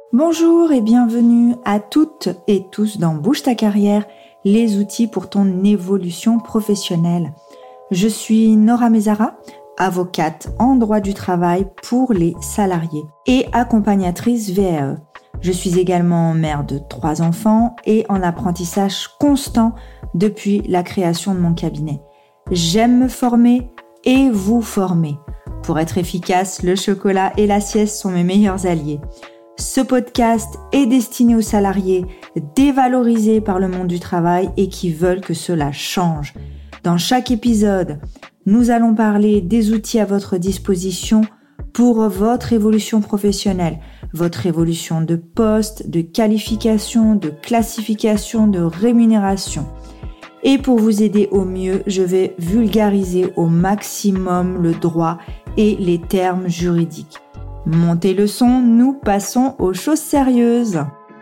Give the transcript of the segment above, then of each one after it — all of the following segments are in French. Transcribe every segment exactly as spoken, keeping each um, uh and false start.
Bonjour et bienvenue à toutes et tous dans Bouge ta carrière, les outils pour ton évolution professionnelle. Je suis Nora Mezara, avocate en droit du travail pour les salariés et accompagnatrice V A E. Je suis également mère de trois enfants et en apprentissage constant depuis la création de mon cabinet. J'aime me former et vous former. Pour être efficace, le chocolat et la sieste sont mes meilleurs alliés. Ce podcast est destiné aux salariés dévalorisés par le monde du travail et qui veulent que cela change. Dans chaque épisode, nous allons parler des outils à votre disposition pour votre évolution professionnelle, votre évolution de poste, de qualification, de classification, de rémunération. Et pour vous aider au mieux, je vais vulgariser au maximum le droit et les termes juridiques. Montez le son, nous passons aux choses sérieuses.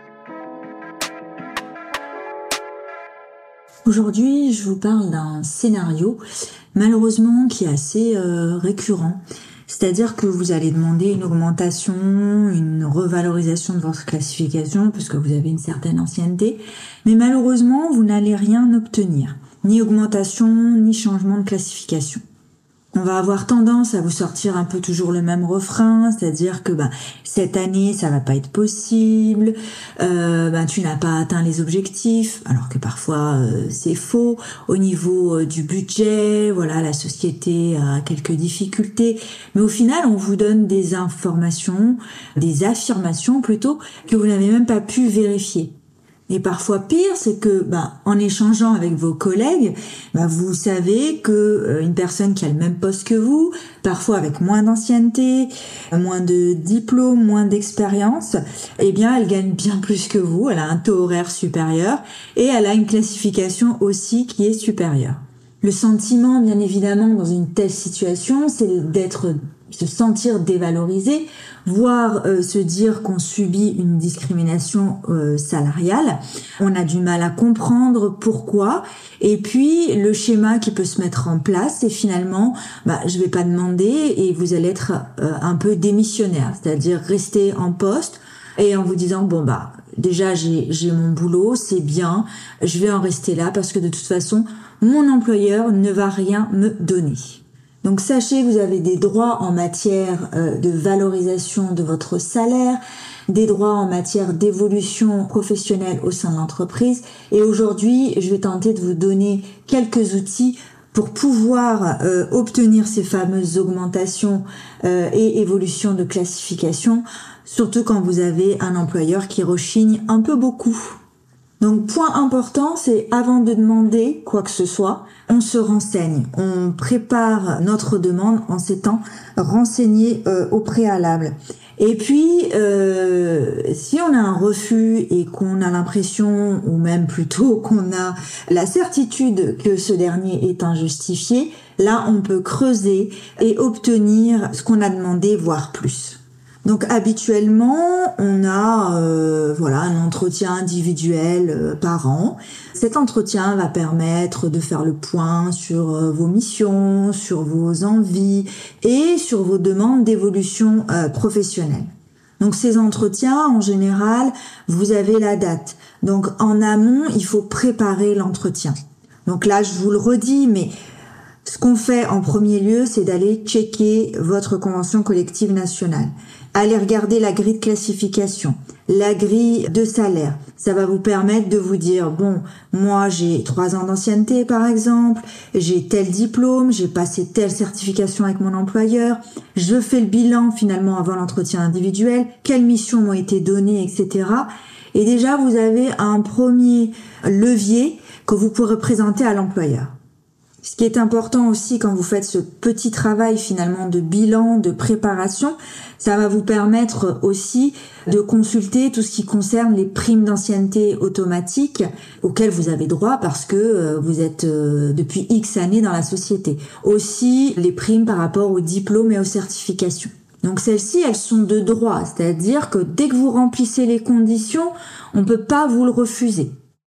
Aujourd'hui, je vous parle d'un scénario, malheureusement, qui est assez euh, récurrent. C'est-à-dire que vous allez demander une augmentation, une revalorisation de votre classification, puisque vous avez une certaine ancienneté. Mais malheureusement, vous n'allez rien obtenir. Ni augmentation, ni changement de classification. On va avoir tendance à vous sortir un peu toujours le même refrain, c'est-à-dire que bah, cette année ça va pas être possible, euh, bah, tu n'as pas atteint les objectifs, alors que parfois euh, c'est faux. Au niveau euh, du budget, voilà, la société a quelques difficultés, mais au final on vous donne des informations, des affirmations plutôt, que vous n'avez même pas pu vérifier. Et parfois pire, c'est que bah, en échangeant avec vos collègues, bah, vous savez que euh, une personne qui a le même poste que vous, parfois avec moins d'ancienneté, moins de diplôme, moins d'expérience, eh bien elle gagne bien plus que vous, elle a un taux horaire supérieur et elle a une classification aussi qui est supérieure. Le sentiment, bien évidemment, dans une telle situation, c'est d'être, se sentir dévalorisé, voire euh, se dire qu'on subit une discrimination euh, salariale. On a du mal à comprendre pourquoi. Et puis, le schéma qui peut se mettre en place, c'est finalement, bah, je vais pas demander et vous allez être euh, un peu démissionnaire, c'est-à-dire rester en poste et en vous disant, bon, bah, déjà, j'ai, j'ai mon boulot, c'est bien, je vais en rester là parce que de toute façon, mon employeur ne va rien me donner. Donc sachez que vous avez des droits en matière euh, de valorisation de votre salaire, des droits en matière d'évolution professionnelle au sein de l'entreprise. Et aujourd'hui, je vais tenter de vous donner quelques outils pour pouvoir euh, obtenir ces fameuses augmentations euh, et évolutions de classification, surtout quand vous avez un employeur qui rechigne un peu beaucoup. Donc, point important, c'est avant de demander quoi que ce soit, on se renseigne. On prépare notre demande en s'étant renseigné euh, au préalable. Et puis, euh, si on a un refus et qu'on a l'impression, ou même plutôt qu'on a la certitude que ce dernier est injustifié, là, on peut creuser et obtenir ce qu'on a demandé, voire plus. Donc habituellement, on a euh, voilà un entretien individuel euh, par an. Cet entretien va permettre de faire le point sur euh, vos missions, sur vos envies et sur vos demandes d'évolution euh, professionnelle. Donc ces entretiens, en général, vous avez la date. Donc en amont, il faut préparer l'entretien. Donc là, je vous le redis, mais ce qu'on fait en premier lieu, c'est d'aller checker votre convention collective nationale. Allez regarder la grille de classification, la grille de salaire. Ça va vous permettre de vous dire, bon, moi j'ai trois ans d'ancienneté par exemple, j'ai tel diplôme, j'ai passé telle certification avec mon employeur, je fais le bilan finalement avant l'entretien individuel, quelles missions m'ont été données, et cetera. Et déjà, vous avez un premier levier que vous pourrez présenter à l'employeur. Ce qui est important aussi quand vous faites ce petit travail finalement de bilan, de préparation, ça va vous permettre aussi de consulter tout ce qui concerne les primes d'ancienneté automatiques auxquelles vous avez droit parce que vous êtes depuis X années dans la société. Aussi les primes par rapport aux diplômes et aux certifications. Donc celles-ci, elles sont de droit, c'est-à-dire que dès que vous remplissez les conditions, on ne peut pas vous le refuser.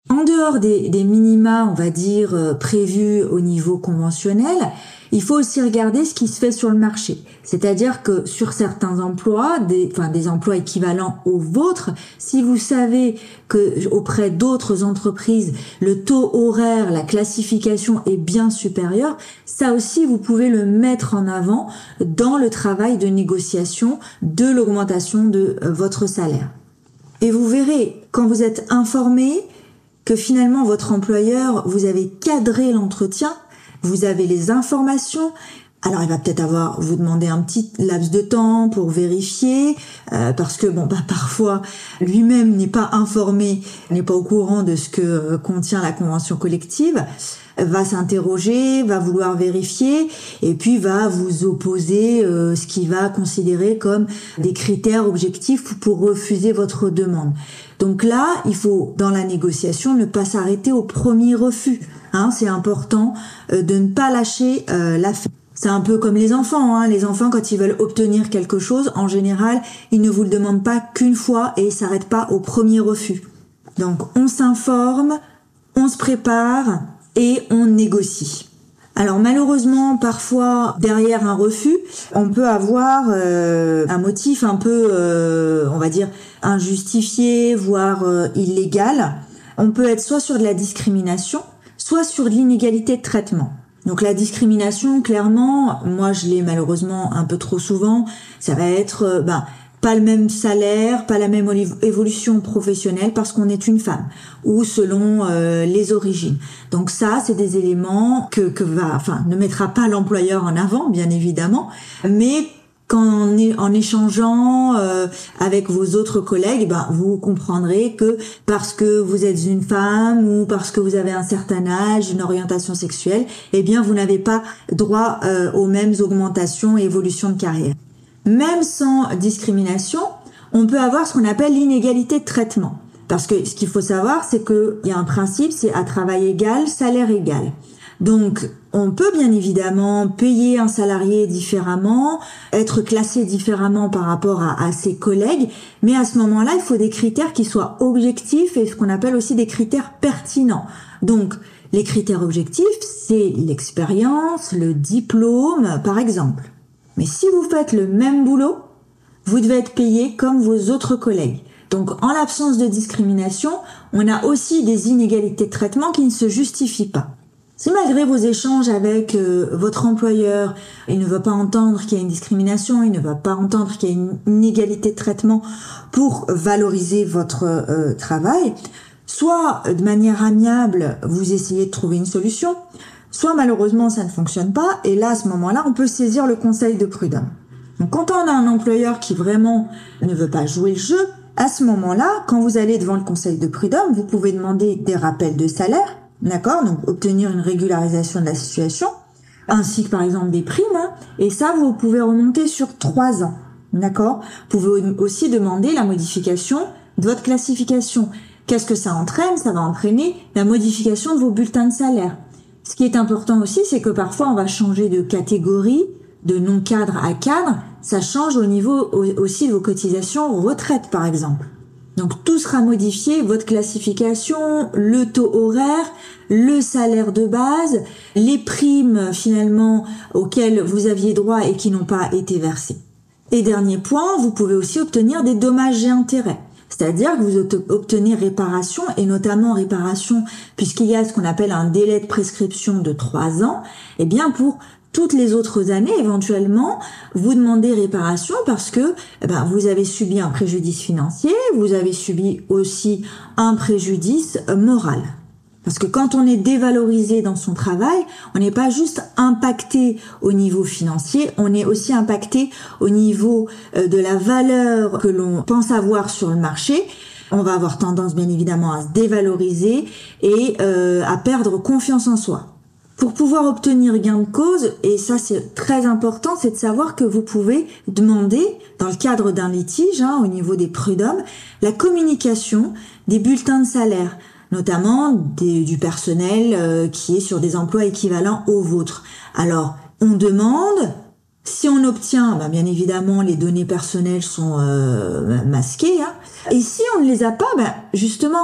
En dehors des, des minima, on va dire, euh, prévus au niveau conventionnel, il faut aussi regarder ce qui se fait sur le marché. C'est-à-dire que sur certains emplois, des, enfin des emplois équivalents aux vôtres, si vous savez que auprès d'autres entreprises, le taux horaire, la classification est bien supérieur, ça aussi vous pouvez le mettre en avant dans le travail de négociation de l'augmentation de euh, votre salaire. Et vous verrez, quand vous êtes informé, que finalement votre employeur, vous avez cadré l'entretien, vous avez les informations. Alors il va peut-être avoir vous demander un petit laps de temps pour vérifier, euh, parce que bon bah parfois lui-même n'est pas informé, n'est pas au courant de ce que euh, contient la convention collective, va s'interroger, va vouloir vérifier et puis va vous opposer euh, ce qu'il va considérer comme des critères objectifs pour refuser votre demande. Donc là, il faut dans la négociation ne pas s'arrêter au premier refus. Hein, c'est important euh, de ne pas lâcher euh, l'affaire. C'est un peu comme les enfants. Hein. Les enfants, quand ils veulent obtenir quelque chose, en général, ils ne vous le demandent pas qu'une fois et ils s'arrêtent pas au premier refus. Donc, on s'informe, on se prépare et on négocie. Alors malheureusement, parfois, derrière un refus, on peut avoir euh, un motif un peu, euh, on va dire, injustifié, voire euh, illégal. On peut être soit sur de la discrimination, soit sur de l'inégalité de traitement. Donc la discrimination, clairement, moi je l'ai malheureusement un peu trop souvent, ça va être euh, ben, pas le même salaire, pas la même évolution professionnelle parce qu'on est une femme, ou selon euh, les origines. Donc ça, c'est des éléments que, que va, enfin, ne mettra pas l'employeur en avant, bien évidemment, mais quand on est en échangeant euh, avec vos autres collègues, ben vous comprendrez que parce que vous êtes une femme ou parce que vous avez un certain âge, une orientation sexuelle, eh bien vous n'avez pas droit euh, aux mêmes augmentations et évolutions de carrière. Même sans discrimination, on peut avoir ce qu'on appelle l'inégalité de traitement. Parce que ce qu'il faut savoir, c'est qu'il y a un principe, c'est à travail égal, salaire égal. Donc, on peut bien évidemment payer un salarié différemment, être classé différemment par rapport à, à ses collègues, mais à ce moment-là, il faut des critères qui soient objectifs et ce qu'on appelle aussi des critères pertinents. Donc, les critères objectifs, c'est l'expérience, le diplôme, par exemple. Mais si vous faites le même boulot, vous devez être payé comme vos autres collègues. Donc, en l'absence de discrimination, on a aussi des inégalités de traitement qui ne se justifient pas. Si malgré vos échanges avec euh, votre employeur, il ne va pas entendre qu'il y a une discrimination, il ne va pas entendre qu'il y a une inégalité de traitement pour valoriser votre euh, travail, soit de manière amiable, vous essayez de trouver une solution, soit malheureusement ça ne fonctionne pas, et là à ce moment-là, on peut saisir le conseil de prud'homme. Donc quand on a un employeur qui vraiment ne veut pas jouer le jeu, à ce moment-là, quand vous allez devant le conseil de prud'homme, vous pouvez demander des rappels de salaire, d'accord, donc obtenir une régularisation de la situation, ainsi que par exemple des primes, hein, et ça vous pouvez remonter sur trois ans, d'accord. Vous pouvez aussi demander la modification de votre classification. Qu'est-ce que ça entraîne? Ça va entraîner la modification de vos bulletins de salaire. Ce qui est important aussi, c'est que parfois on va changer de catégorie, de non-cadre à cadre, ça change au niveau aussi de vos cotisations retraite par exemple. Donc tout sera modifié, votre classification, le taux horaire, le salaire de base, les primes finalement auxquelles vous aviez droit et qui n'ont pas été versées. Et dernier point, vous pouvez aussi obtenir des dommages et intérêts. C'est-à-dire que vous obtenez réparation, et notamment réparation puisqu'il y a ce qu'on appelle un délai de prescription de trois ans, et bien pour toutes les autres années, éventuellement, vous demandez réparation parce que eh ben, vous avez subi un préjudice financier, vous avez subi aussi un préjudice moral. Parce que quand on est dévalorisé dans son travail, on n'est pas juste impacté au niveau financier, on est aussi impacté au niveau de la valeur que l'on pense avoir sur le marché. On va avoir tendance bien évidemment à se dévaloriser et euh, à perdre confiance en soi. Pour pouvoir obtenir gain de cause, et ça c'est très important, c'est de savoir que vous pouvez demander, dans le cadre d'un litige, hein, au niveau des prud'hommes, la communication des bulletins de salaire, notamment des, du personnel euh, qui est sur des emplois équivalents aux vôtres. Alors, on demande, si on obtient, ben bien évidemment les données personnelles sont euh, masquées, hein, et si on ne les a pas, ben justement,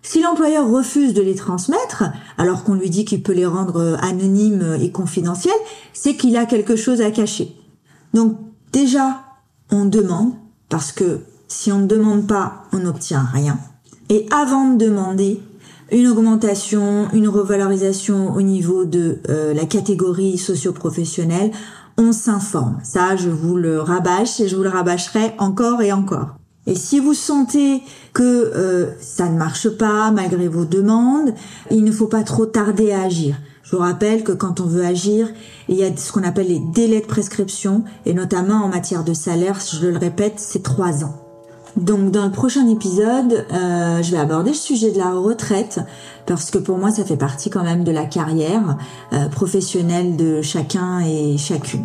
Si l'employeur refuse de les transmettre, alors qu'on lui dit qu'il peut les rendre anonymes et confidentiels, c'est qu'il a quelque chose à cacher. Donc déjà, on demande, parce que si on ne demande pas, on n'obtient rien. Et avant de demander une augmentation, une revalorisation au niveau de euh, la catégorie socio-professionnelle, on s'informe. Ça, je vous le rabâche et je vous le rabâcherai encore et encore. Et si vous sentez que euh, ça ne marche pas malgré vos demandes, il ne faut pas trop tarder à agir. Je vous rappelle que quand on veut agir, il y a ce qu'on appelle les délais de prescription, et notamment en matière de salaire, je le répète, c'est trois ans. Donc dans le prochain épisode, euh, je vais aborder le sujet de la retraite, parce que pour moi, ça fait partie quand même de la carrière euh, professionnelle de chacun et chacune.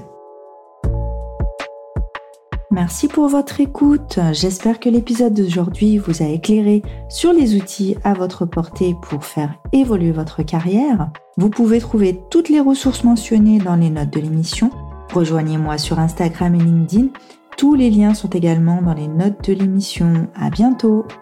Merci pour votre écoute. J'espère que l'épisode d'aujourd'hui vous a éclairé sur les outils à votre portée pour faire évoluer votre carrière. Vous pouvez trouver toutes les ressources mentionnées dans les notes de l'émission. Rejoignez-moi sur Instagram et LinkedIn. Tous les liens sont également dans les notes de l'émission. À bientôt!